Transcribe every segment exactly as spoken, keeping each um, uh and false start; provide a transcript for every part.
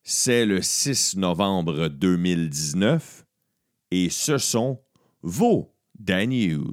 C'est le six novembre deux mille dix-neuf et ce sont vos Dan News.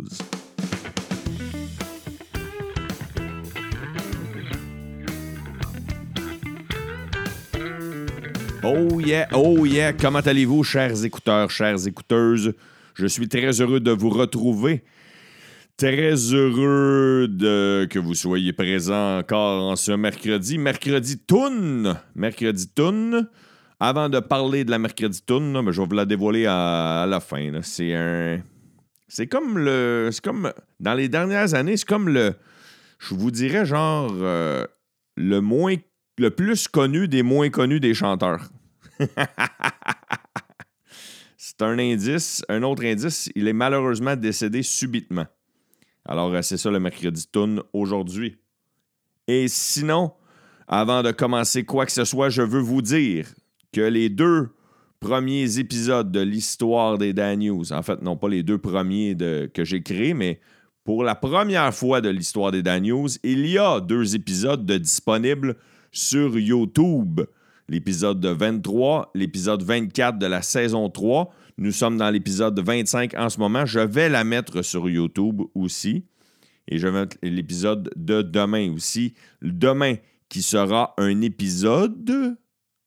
Oh yeah, oh yeah, comment allez-vous, chers écouteurs, chères écouteuses? Je suis très heureux de vous retrouver. Très heureux de que vous soyez présents encore en ce mercredi. Mercredi Toune. Mercredi Toune. Avant de parler de la mercredi Toune, là, ben, je vais vous la dévoiler à, à la fin. Là. C'est un... C'est comme le... C'est comme... Dans les dernières années, c'est comme le... Je vous dirais genre... Euh, le moins... Le plus connu des moins connus des chanteurs. C'est un indice. Un autre indice, il est malheureusement décédé subitement. Alors, c'est ça le mercredi Toune aujourd'hui. Et sinon, avant de commencer quoi que ce soit, je veux vous dire que les deux premiers épisodes de l'histoire des Dan News, en fait, non pas les deux premiers de, que j'ai créés, mais pour la première fois de l'histoire des Dan News, il y a deux épisodes de disponibles sur YouTube. L'épisode vingt-trois, l'épisode vingt-quatre de la saison trois. Nous sommes dans l'épisode vingt-cinq en ce moment. Je vais la mettre sur YouTube aussi. Et je vais mettre l'épisode de demain aussi. Demain, qui sera un épisode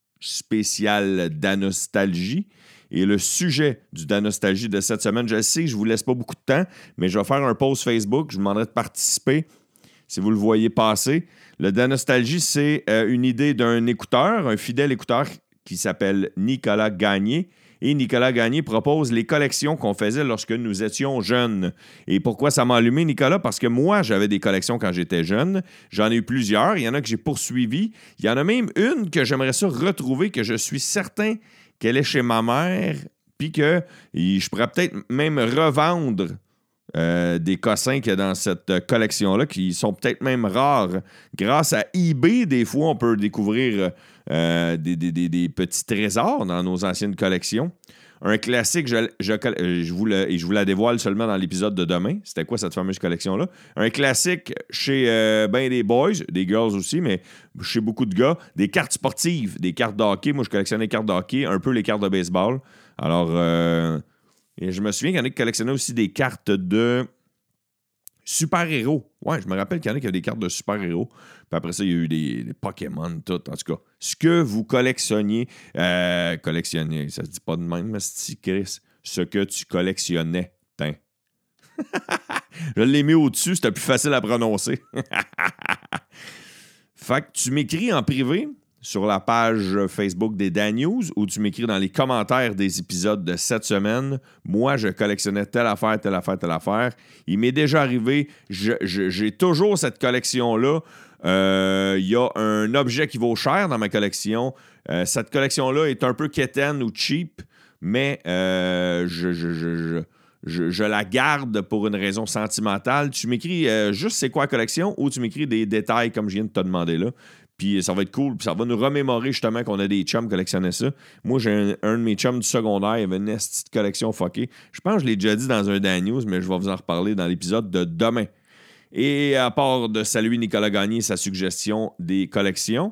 spécial d'Anostalgie. Et le sujet du d'Anostalgie de cette semaine, je sais que je ne vous laisse pas beaucoup de temps, mais je vais faire un post Facebook. Je vous demanderai de participer si vous le voyez passer. Le d'Anostalgie, c'est euh, une idée d'un écouteur, un fidèle écouteur qui s'appelle Nicolas Gagné. Et Nicolas Gagné propose les collections qu'on faisait lorsque nous étions jeunes. Et pourquoi ça m'a allumé, Nicolas? Parce que moi, j'avais des collections quand j'étais jeune. J'en ai eu plusieurs. Il y en a que j'ai poursuivies. Il y en a même une que j'aimerais ça retrouver, que je suis certain qu'elle est chez ma mère, puis que je pourrais peut-être même revendre euh, des cossins qu'il y a dans cette collection-là, qui sont peut-être même rares. Grâce à eBay, des fois, on peut découvrir... Euh, des, des, des, des petits trésors dans nos anciennes collections. Un classique, je, je, je, vous le, et je vous la dévoile seulement dans l'épisode de demain. C'était quoi cette fameuse collection-là? Un classique chez euh, ben des boys, des girls aussi, mais chez beaucoup de gars, des cartes sportives, des cartes de hockey. Moi, je collectionnais les cartes de hockey, un peu les cartes de baseball. Alors, euh, et je me souviens qu'il y en a qui collectionnaient aussi des cartes de super-héros. Ouais, je me rappelle qu'il y en a qui avaient des cartes de super-héros. Puis après ça, il y a eu des, des Pokémon, tout. En tout cas, ce que vous collectionniez, euh, collectionnez, ça se dit pas de même, mais c'est Chris. Ce que tu collectionnais, tain. Je l'ai mis au-dessus, c'était plus facile à prononcer. Fait que tu m'écris en privé sur la page Facebook des Dan News ou tu m'écris dans les commentaires des épisodes de cette semaine. Moi, je collectionnais telle affaire, telle affaire, telle affaire. Il m'est déjà arrivé, je, je, j'ai toujours cette collection-là. Il euh, y a un objet qui vaut cher dans ma collection. Euh, cette collection-là est un peu quétaine ou cheap, mais euh, je, je, je, je, je, je la garde pour une raison sentimentale. Tu m'écris euh, juste c'est quoi la collection ou tu m'écris des détails comme je viens de te demander là. Puis ça va être cool, puis ça va nous remémorer justement qu'on a des chums qui collectionnaient ça. Moi, j'ai un, un de mes chums du secondaire, il avait une petite collection fuckée. Je pense que je l'ai déjà dit dans un Dan News, mais je vais vous en reparler dans l'épisode de demain. Et à part de saluer Nicolas Gagné et sa suggestion des collections,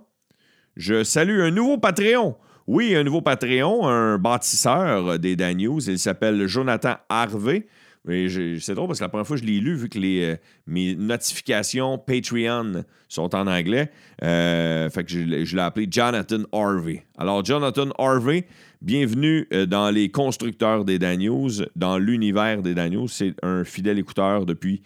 je salue un nouveau Patreon. Oui, un nouveau Patreon, un bâtisseur des Dan News. Il s'appelle Jonathan Harvey. Et c'est drôle parce que la première fois que je l'ai lu, vu que les, euh, mes notifications Patreon sont en anglais, euh, fait que je, je l'ai appelé Jonathan Harvey. Alors, Jonathan Harvey, bienvenue euh, dans les constructeurs des Dan News, dans l'univers des Dan News. C'est un fidèle écouteur depuis,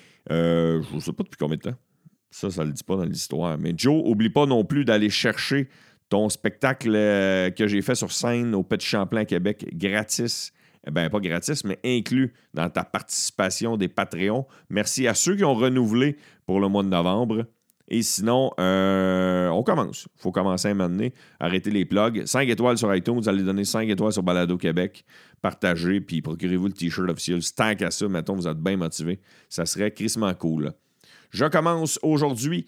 euh, je ne sais pas depuis combien de temps. Ça, ça ne le dit pas dans l'histoire. Mais Joe, oublie pas non plus d'aller chercher ton spectacle euh, que j'ai fait sur scène au Petit Champlain à Québec, gratis. Ben, pas gratis, mais inclus dans ta participation des Patreons. Merci à ceux qui ont renouvelé pour le mois de novembre. Et sinon, euh, on commence. Il faut commencer à un moment donné. Arrêtez les plugs. cinq étoiles sur iTunes. Vous allez donner cinq étoiles sur Balado Québec. Partagez, puis procurez-vous le T-shirt officiel. Tant qu'à ça, mettons, vous êtes bien motivés. Ça serait crissement cool. Je commence aujourd'hui.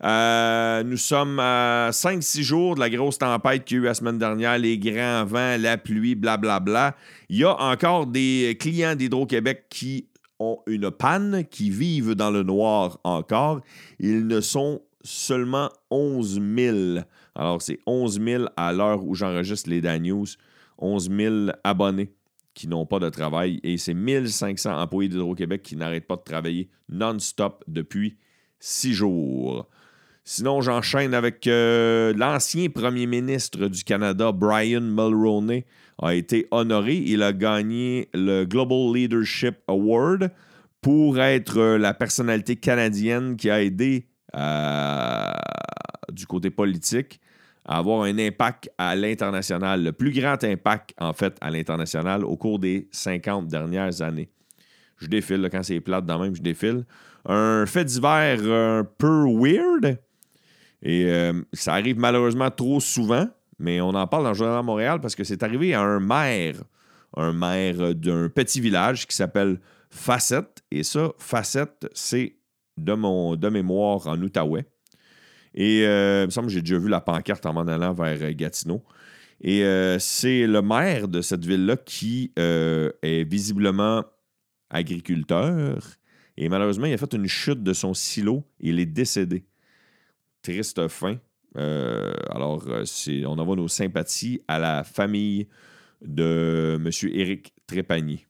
Euh, nous sommes à cinq six jours de la grosse tempête qu'il y a eu la semaine dernière, les grands vents, la pluie, blablabla. Bla, bla. Il y a encore des clients d'Hydro-Québec qui ont une panne, qui vivent dans le noir encore. Ils ne sont seulement onze mille Alors, c'est onze mille à l'heure où j'enregistre les Dan News. onze mille abonnés qui n'ont pas de travail. Et c'est mille cinq cents employés d'Hydro-Québec qui n'arrêtent pas de travailler non-stop depuis six jours. Sinon, j'enchaîne avec euh, l'ancien premier ministre du Canada, Brian Mulroney, a été honoré. Il a gagné le Global Leadership Award pour être euh, la personnalité canadienne qui a aidé euh, du côté politique à avoir un impact à l'international, le plus grand impact, en fait, à l'international au cours des cinquante dernières années. Je défile, là, quand c'est plate dans même, je défile. Un fait divers un peu weird. Et euh, ça arrive malheureusement trop souvent, mais on en parle dans le Journal de Montréal parce que c'est arrivé à un maire, un maire d'un petit village qui s'appelle Facette. Et ça, Facette, c'est de, mon, de mémoire en Outaouais. Et euh, il me semble que j'ai déjà vu la pancarte en m'en allant vers Gatineau. Et euh, c'est le maire de cette ville-là qui euh, est visiblement agriculteur. Et malheureusement, il a fait une chute de son silo et il est décédé. Triste fin. Euh, alors, c'est, on envoie nos sympathies à la famille de M. Éric Trépanier.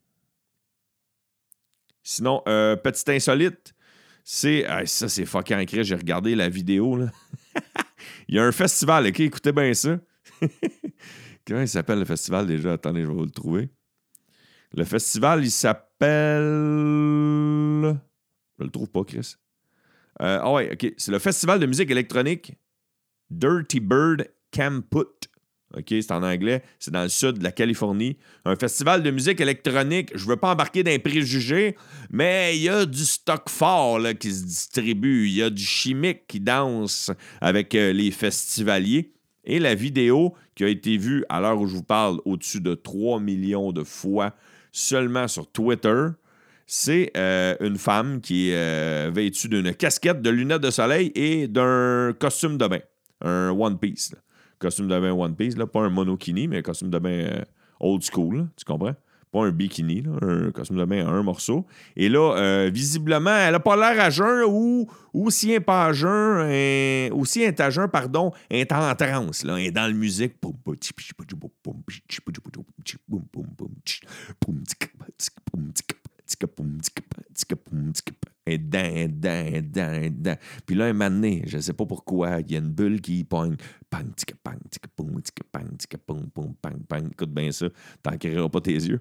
Sinon, euh, petite insolite, c'est... Ah, ça, c'est fucking écrit. J'ai regardé la vidéo, là. Il y a un festival, OK? Écoutez bien ça. Comment il s'appelle, le festival, déjà? Attendez, je vais vous le trouver. Le festival, il s'appelle... Je le trouve pas, Chris. Euh, ah ouais, OK. C'est le festival de musique électronique Dirty Bird Camput. OK, c'est en anglais. C'est dans le sud de la Californie. Un festival de musique électronique. Je veux pas embarquer dans les préjugés, mais il y a du stock fort là, qui se distribue. Il y a du chimique qui danse avec euh, les festivaliers. Et la vidéo qui a été vue, à l'heure où je vous parle, au-dessus de trois millions de fois seulement sur Twitter, c'est euh, une femme qui est euh, vêtue d'une casquette, de lunettes de soleil et d'un costume de bain. Un One Piece. Là. Costume de bain One Piece. Là. Pas un monokini, mais un costume de bain euh, old school. Là, tu comprends? Pas un bikini. Là, un costume de bain à un morceau. Et là, euh, visiblement, elle n'a pas l'air à jeun ou, ou si elle n'est pas à jeun, euh, ou si elle est à jeun, pardon, elle est en transe. Là, elle est dans la musique. Et dan, dan, dan, dan. Puis là, un moment donné, je ne sais pas pourquoi, il y a une bulle qui pogne. Pang, tika, pang, tika, pong, tika, pang, tika, pong, pong, pang, pang. Écoute bien ça, t'en créeras pas tes yeux.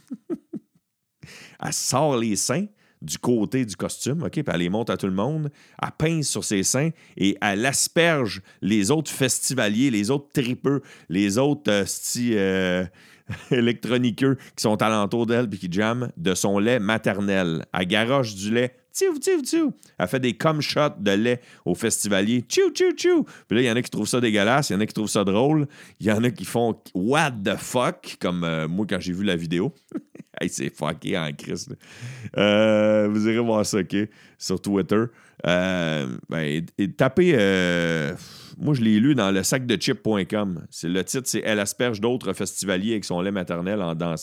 Elle sort les seins du côté du costume, OK? Puis elle les monte à tout le monde. Elle pince sur ses seins et elle asperge les autres festivaliers, les autres tripeux, les autres euh, sti, euh, électroniqueux qui sont alentour d'elle puis qui jamment de son lait maternel. Elle garoche du lait. Tchou, tchou, tchou. Elle fait des cum shots de lait aux festivaliers. Tchou, tchou, tchou. Puis là, il y en a qui trouvent ça dégueulasse. Il y en a qui trouvent ça drôle. Il y en a qui font « What the fuck? » Comme euh, moi, quand j'ai vu la vidéo. Hey, c'est fucké en Christ. Euh, vous irez voir ça, OK? Sur Twitter. Euh, ben, et, et tapez... Euh, moi, je l'ai lu dans le sac de chips point com. C'est, le titre, c'est « Elle asperge d'autres festivaliers avec son lait maternel en dansant ».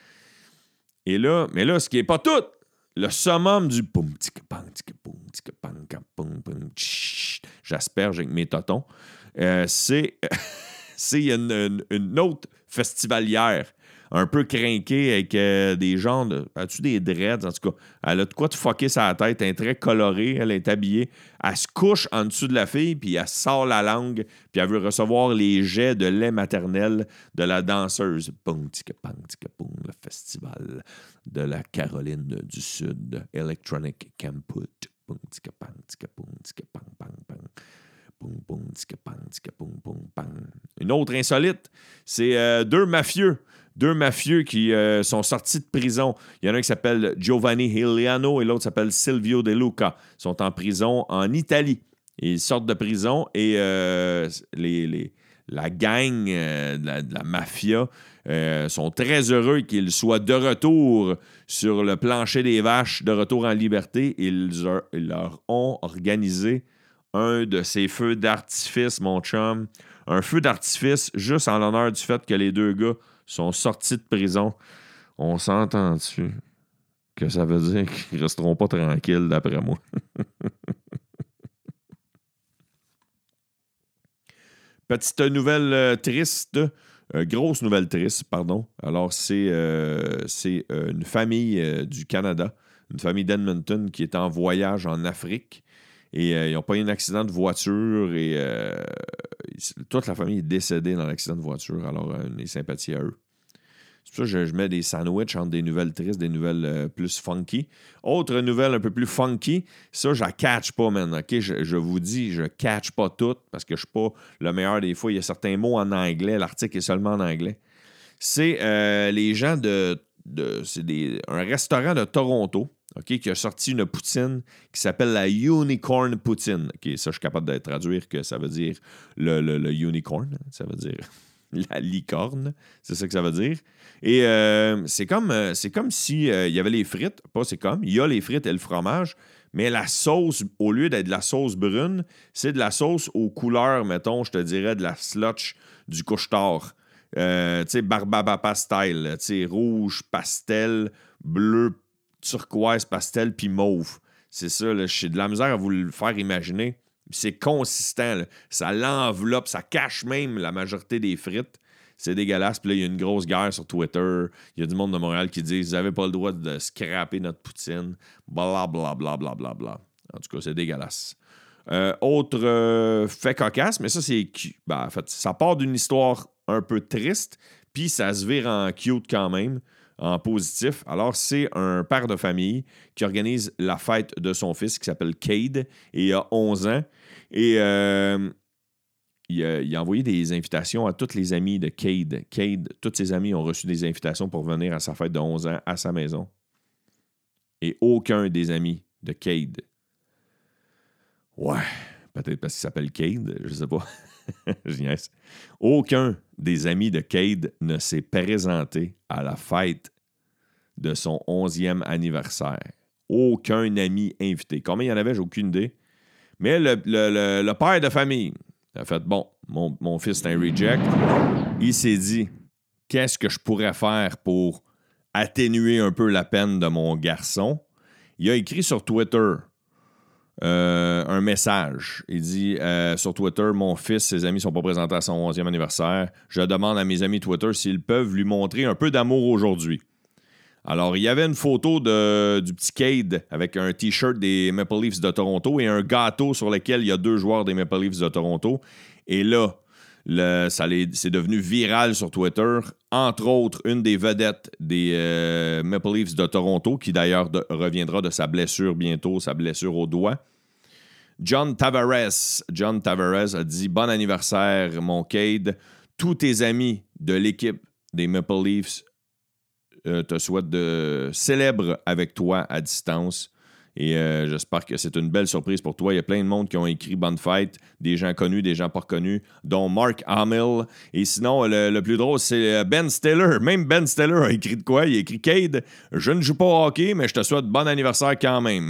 Et là, mais là, ce qui n'est pas tout, le summum du poum tika pang tika poum tika pang ka poum poum tch, j'asperge avec mes totons, euh, c'est c'est il y a une, une, une autre festivalière un peu crinquée avec euh, des gens de... As-tu des dreads? En tout cas, elle a de quoi te fucker sa tête. Elle est très colorée. Elle est habillée. Elle se couche en dessous de la fille, puis elle sort la langue, puis elle veut recevoir les jets de lait maternel de la danseuse. Boum, tika, pang, tika, boum, le festival de la Caroline du Sud. Electronic Camput. Boum, tika, pang, tika, boum, tika, pang, pang, pang. Boum, boum, tika, pang, tika, boum, boum, pang. Une autre insolite, c'est euh, deux mafieux. Deux mafieux qui euh, sont sortis de prison. Il y en a un qui s'appelle Giovanni Hiliano et l'autre s'appelle Silvio De Luca. Ils sont en prison en Italie. Ils sortent de prison et euh, les, les, la gang euh, de, la, de la mafia euh, sont très heureux qu'ils soient de retour sur le plancher des vaches, de retour en liberté. Ils, a, ils leur ont organisé un de ces feux d'artifice, mon chum. Un feu d'artifice juste en l'honneur du fait que les deux gars sont sortis de prison. On s'entend dessus que ça veut dire qu'ils resteront pas tranquilles, d'après moi. Petite nouvelle euh, triste, euh, grosse nouvelle triste, pardon. Alors, c'est, euh, c'est euh, une famille euh, du Canada, une famille d'Edmonton qui est en voyage en Afrique. Et euh, ils ont pas eu un accident de voiture et euh, toute la famille est décédée dans l'accident de voiture. Alors, euh, mes sympathies à eux. C'est pour ça que je, je mets des sandwichs entre des nouvelles tristes, des nouvelles euh, plus funky. Autre nouvelle un peu plus funky, ça, je la catch pas, man. OK? Je, je vous dis, je catch pas toutes parce que je suis pas le meilleur des fois. Il y a certains mots en anglais. L'article est seulement en anglais. C'est euh, les gens de... de c'est des, un restaurant de Toronto, OK, qui a sorti une poutine qui s'appelle la Unicorn Poutine. OK, ça, je suis capable de traduire que ça veut dire le, le, le unicorn. Ça veut dire... la licorne, c'est ça que ça veut dire. Et euh, c'est comme euh, c'est comme si euh, il y avait les frites, pas c'est comme, il y a les frites et le fromage, mais la sauce, au lieu d'être de la sauce brune, c'est de la sauce aux couleurs, mettons, je te dirais, de la slotch du couche-tard. Euh, tu sais, Barbapapa style, tu sais, rouge, pastel, bleu, turquoise, pastel, puis mauve. C'est ça, là, j'ai de la misère à vous le faire imaginer. C'est consistant, là. Ça l'enveloppe, ça cache même la majorité des frites. C'est dégueulasse. Puis là, il y a une grosse guerre sur Twitter. Il y a du monde de Montréal qui dit « Vous n'avez pas le droit de scraper notre poutine. » Bla, bla, bla, bla, bla, bla. En tout cas, c'est dégueulasse. Euh, autre euh, fait cocasse, mais ça, c'est... Ben, en fait, ça part d'une histoire un peu triste, puis ça se vire en cute quand même, en positif. Alors, c'est un père de famille qui organise la fête de son fils qui s'appelle Cade et il a onze ans. Et euh, il, a, il a envoyé des invitations à tous les amis de Cade. Cade, tous ses amis ont reçu des invitations pour venir à sa fête de onze ans à sa maison. Et aucun des amis de Cade. Ouais, peut-être parce qu'il s'appelle Cade, je sais pas. Je niaise. Aucun des amis de Cade ne s'est présenté à la fête de son onzième anniversaire. Aucun ami invité. Combien il y en avait, j'ai aucune idée. Mais le, le, le, le père de famille a fait, bon, mon, mon fils est un reject. Il s'est dit, qu'est-ce que je pourrais faire pour atténuer un peu la peine de mon garçon? Il a écrit sur Twitter euh, un message. Il dit euh, sur Twitter, mon fils, ses amis ne sont pas présentés à son onzième anniversaire. Je demande à mes amis Twitter s'ils peuvent lui montrer un peu d'amour aujourd'hui. Alors, il y avait une photo de, du petit Cade avec un T-shirt des Maple Leafs de Toronto et un gâteau sur lequel il y a deux joueurs des Maple Leafs de Toronto. Et là, le, ça c'est devenu viral sur Twitter. Entre autres, une des vedettes des euh, Maple Leafs de Toronto, qui d'ailleurs de, reviendra de sa blessure bientôt, sa blessure au doigt. John Tavares. John Tavares a dit « Bon anniversaire, mon Cade. Tous tes amis de l'équipe des Maple Leafs Euh, te souhaite de célèbre avec toi à distance. Et euh, j'espère que c'est une belle surprise pour toi. Il y a plein de monde qui ont écrit bonne fête, des gens connus, des gens pas connus, dont Mark Hamill. Et sinon, le, le plus drôle, c'est Ben Stiller. Même Ben Stiller a écrit de quoi? Il a écrit Cade, je ne joue pas au hockey, mais je te souhaite bon anniversaire quand même.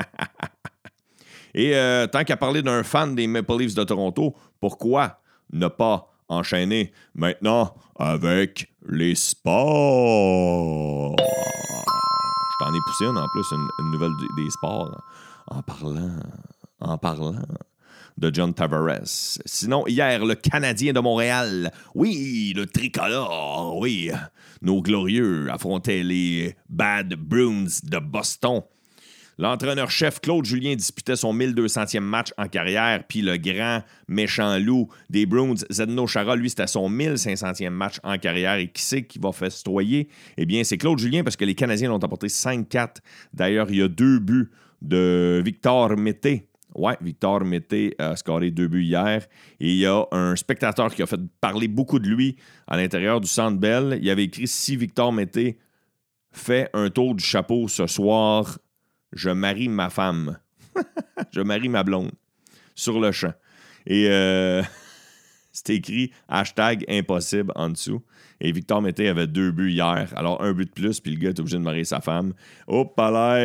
Et euh, tant qu'à parler d'un fan des Maple Leafs de Toronto, pourquoi ne pas enchaîner maintenant avec les sports? Je t'en ai poussé une, en plus, une, une nouvelle des sports. En parlant, en parlant de John Tavares. Sinon, hier, le Canadien de Montréal, oui, le tricolore, oui, nos glorieux affrontaient les Bad Bruins de Boston. L'entraîneur-chef Claude Julien disputait son mille deux centième match en carrière, puis le grand méchant loup des Bruins, Zdeno Chara, lui, c'était son mille cinq centième match en carrière. Et qui c'est qui va festoyer? Eh bien, c'est Claude Julien, parce que les Canadiens l'ont emporté cinq quatre. D'ailleurs, il y a deux buts de Victor Mété. Ouais, Victor Mété a scoré deux buts hier. Et il y a un spectateur qui a fait parler beaucoup de lui à l'intérieur du Centre Bell. Il avait écrit « Si Victor Mété fait un tour du chapeau ce soir, je marie ma femme. » Je marie ma blonde. Sur le champ. Et euh, c'était écrit hashtag impossible en dessous. Et Victor Mété avait deux buts hier. Alors, un but de plus, puis le gars est obligé de marier sa femme. Hop là!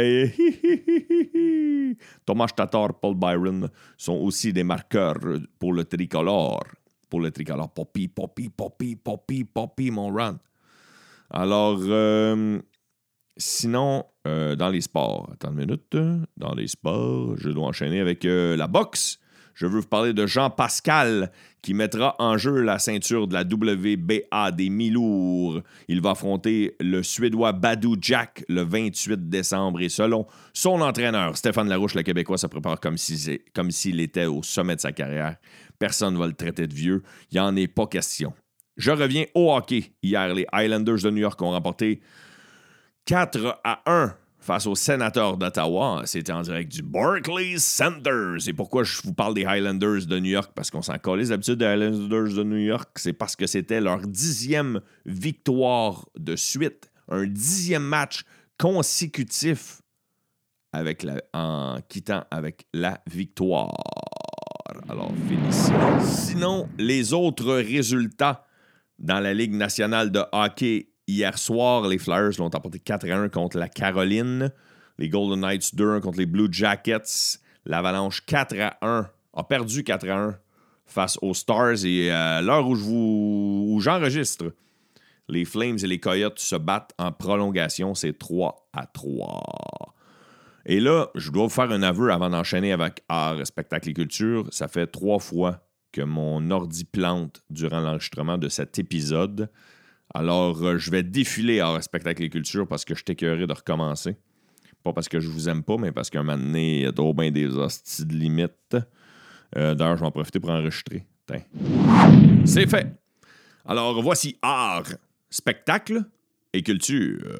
Thomas Tatar, Paul Byron sont aussi des marqueurs pour le tricolore. Pour le tricolore. Poppy, poppy, poppy, poppy, poppy, mon run. Alors, euh, sinon, euh, dans les sports, attends une minute. Dans les sports, je dois enchaîner avec euh, la boxe. Je veux vous parler de Jean Pascal qui mettra en jeu la ceinture de la W B A des mi-lourds. Il va affronter le Suédois Badou Jack le vingt-huit décembre et selon son entraîneur, Stéphane Larouche, le Québécois, se prépare comme si comme s'il était au sommet de sa carrière. Personne ne va le traiter de vieux. Il n'y en est pas question. Je reviens au hockey. Hier, les Islanders de New York ont remporté quatre à un face aux Sénateurs d'Ottawa. C'était en direct du Barclays Center. C'est pourquoi je vous parle des Highlanders de New York, parce qu'on s'en calisse d'habitude des Highlanders de New York. C'est parce que c'était leur dixième victoire de suite. Un dixième match consécutif avec la, en quittant avec la victoire. Alors, félicitations. Sinon, les autres résultats dans la Ligue nationale de hockey. Hier soir, les Flyers l'ont emporté quatre à un contre la Caroline. Les Golden Knights deux à un contre les Blue Jackets. L'Avalanche quatre à un a perdu quatre à un face aux Stars. Et à l'heure où, je vous, où j'enregistre, les Flames et les Coyotes se battent en prolongation. C'est trois à trois. Et là, je dois vous faire un aveu avant d'enchaîner avec Art, Spectacle et Culture. Ça fait trois fois que mon ordi plante durant l'enregistrement de cet épisode. Alors, euh, je vais défiler à Spectacle et Culture parce que je suis écœuré de recommencer. Pas parce que je vous aime pas, mais parce qu'un moment donné, il y a trop bien des hosties de limites. Euh, d'ailleurs, je vais en profiter pour enregistrer. Tain. C'est fait. Alors, voici Art, Spectacle et Culture.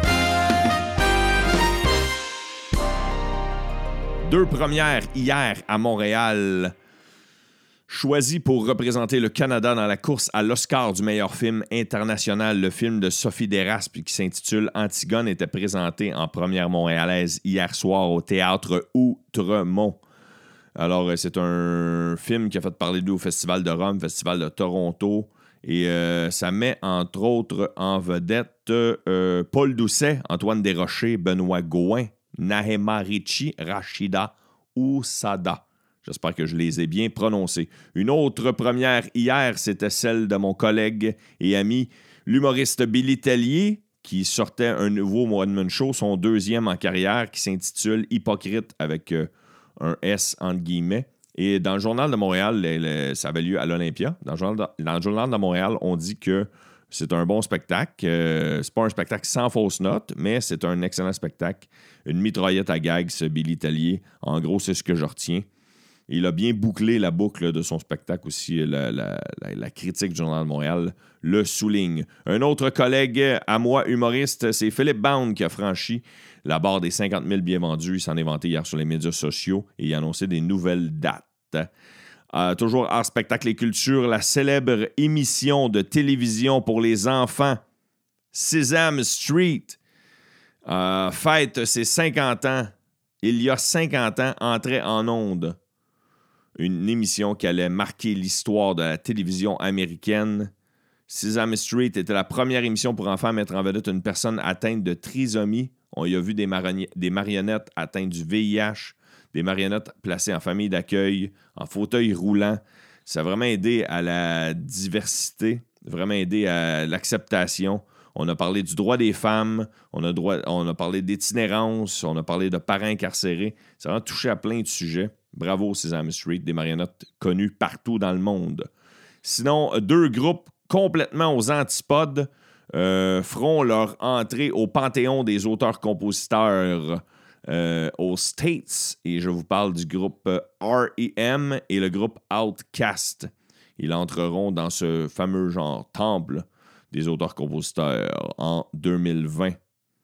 Deux premières hier à Montréal. Choisi pour représenter le Canada dans la course à l'Oscar du meilleur film international, le film de Sophie Deraspe qui s'intitule Antigone était présenté en première montréalaise hier soir au Théâtre Outremont. Alors, c'est un film qui a fait parler de lui au Festival de Rome, Festival de Toronto, et euh, ça met entre autres en vedette euh, Paul Doucet, Antoine Desrochers, Benoît Gouin, Nahema Ricci, Rachida Oussada. J'espère que je les ai bien prononcés. Une autre première hier, c'était celle de mon collègue et ami, l'humoriste Billy Tellier, qui sortait un nouveau one-man show, son deuxième en carrière, qui s'intitule Hypocrite avec euh, un S entre guillemets. Et dans le Journal de Montréal, le, le, ça avait lieu à l'Olympia. Dans le, Journal de, dans le Journal de Montréal, on dit que c'est un bon spectacle. Euh, c'est pas un spectacle sans fausse note, mais c'est un excellent spectacle. Une mitraillette à gags, ce Billy Tellier. En gros, c'est ce que je retiens. Il a bien bouclé la boucle de son spectacle aussi. La, la, la, la critique du Journal de Montréal le souligne. Un autre collègue à moi, humoriste, c'est Philippe Bound qui a franchi la barre des cinquante mille billets vendus. Il s'en est vanté hier sur les médias sociaux et il a annoncé des nouvelles dates. Euh, toujours Art, Spectacle et Culture, la célèbre émission de télévision pour les enfants, Sesame Street, euh, fête ses cinquante ans. Il y a cinquante ans, entrait en ondes une émission qui allait marquer l'histoire de la télévision américaine. Sesame Street était la première émission pour enfants à mettre en vedette une personne atteinte de trisomie. On y a vu des, marionne- des marionnettes atteintes du V I H, des marionnettes placées en famille d'accueil, en fauteuil roulant. Ça a vraiment aidé à la diversité, vraiment aidé à l'acceptation. On a parlé du droit des femmes, on a, droit, on a parlé d'itinérance, on a parlé de parents incarcérés. Ça a vraiment touché à plein de sujets. Bravo, Sesame Street, des marionnettes connues partout dans le monde. Sinon, deux groupes complètement aux antipodes euh, feront leur entrée au panthéon des auteurs-compositeurs euh, aux States. Et je vous parle du groupe R E M et le groupe Outkast. Ils entreront dans ce fameux genre temple des auteurs-compositeurs en deux mille vingt.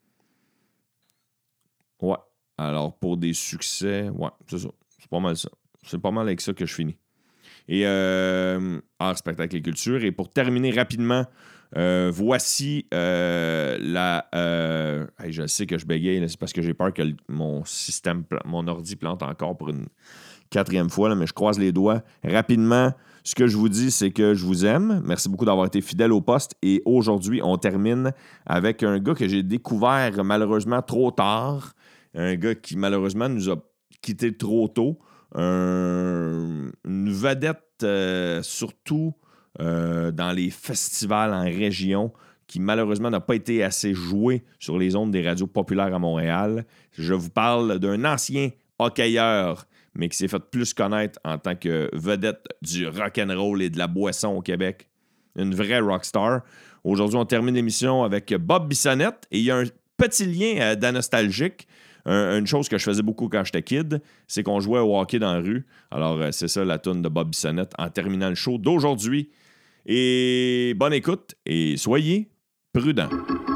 Ouais. Alors, pour des succès, ouais, c'est ça. C'est pas mal ça. C'est pas mal avec ça que je finis. Et euh, art, spectacle et culture. Et pour terminer rapidement, euh, voici euh, la... Euh, hey, je sais que je bégaye, là, c'est parce que j'ai peur que le, mon système, mon ordi plante encore pour une quatrième fois, là, mais je croise les doigts. Rapidement, ce que je vous dis, c'est que je vous aime. Merci beaucoup d'avoir été fidèle au poste. Et aujourd'hui, on termine avec un gars que j'ai découvert malheureusement trop tard. Un gars qui malheureusement nous a quitté trop tôt. Un, une vedette euh, surtout euh, dans les festivals en région qui malheureusement n'a pas été assez joué sur les ondes des radios populaires à Montréal. Je vous parle d'un ancien hockeyeur mais qui s'est fait plus connaître en tant que vedette du rock'n'roll et de la boisson au Québec. Une vraie rockstar. Aujourd'hui, on termine l'émission avec Bob Bissonnette et il y a un petit lien euh, d'anostalgique. Un, une chose que je faisais beaucoup quand j'étais kid, c'est qu'on jouait au hockey dans la rue. Alors, euh, c'est ça la toune de Bob Bissonnette en terminant le show d'aujourd'hui. Et bonne écoute et soyez prudents.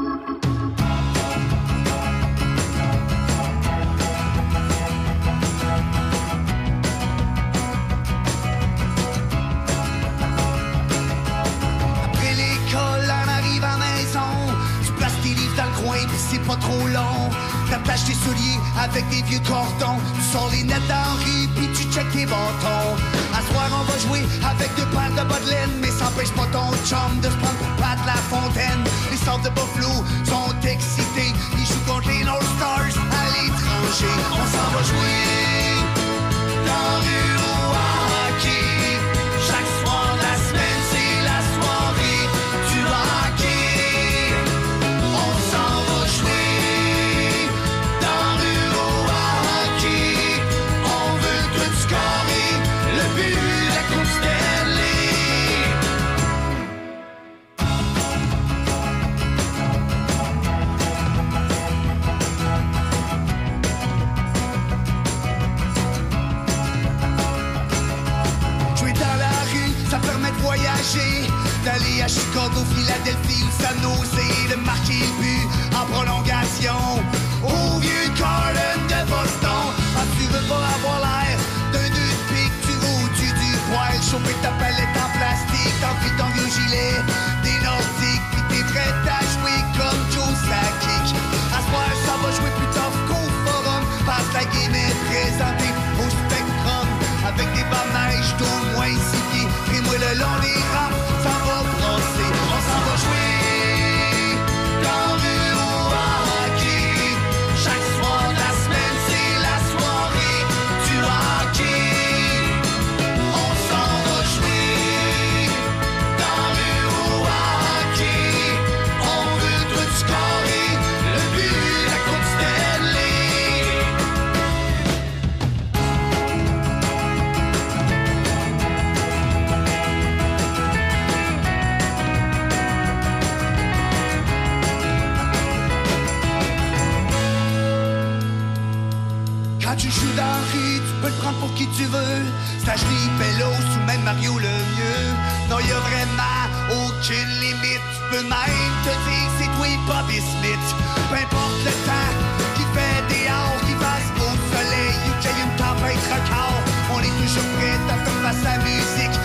C'est pas trop long. T'attaches tes souliers avec des vieux cordons. Tu sors les nettes d'Henri puis tu checkes tes bâtons. À soir on va jouer avec deux paires de bas de laine, mais ça empêche pas ton chum de se prendre pour Pat La Fontaine. Les sortes de Buffalo sont excités. Ils jouent contre les North Stars à l'étranger. On s'en va jouer dans rue au hockey. Chaque soir de la semaine c'est la soirée du hockey. D'aller à Chicago, Philadelphie ou San Jose, de marquer le but en prolongation au vieux Garden de Boston. Ah, tu veux pas avoir l'air d'un deux de pique, tu vas au-dessus du poil, choper ta palette en plastique, t'enfiles ton vieux gilet des Nordiques, pis t'es prêt à jouer comme Joe Sakic. À ce soir, ça va jouer plus tough qu'au forum, passe la game est présentée au Spectrum, avec des barres neige d'au moins six pieds, et moi le long des rampes, ça va brasser, on s'en va jouer dans rue au hockey. Chaque soir de la semaine, c'est la soirée du hockey. On s'en va jouer dans rue au hockey. On veut tout scorer, le but, la coupe Stanley. Quand tu joues dans la rue, tu peux le prendre pour qui tu veux. Stage-Lee, Pelos ou même Mario le mieux. Non, y'a vraiment aucune limite. Tu peux même te dire c'est toi et Bobby Smith. Peu importe le temps qui fait des heures, qui passe au soleil ou qu'il y ait une tempête record, on est toujours prêt à faire face à la musique.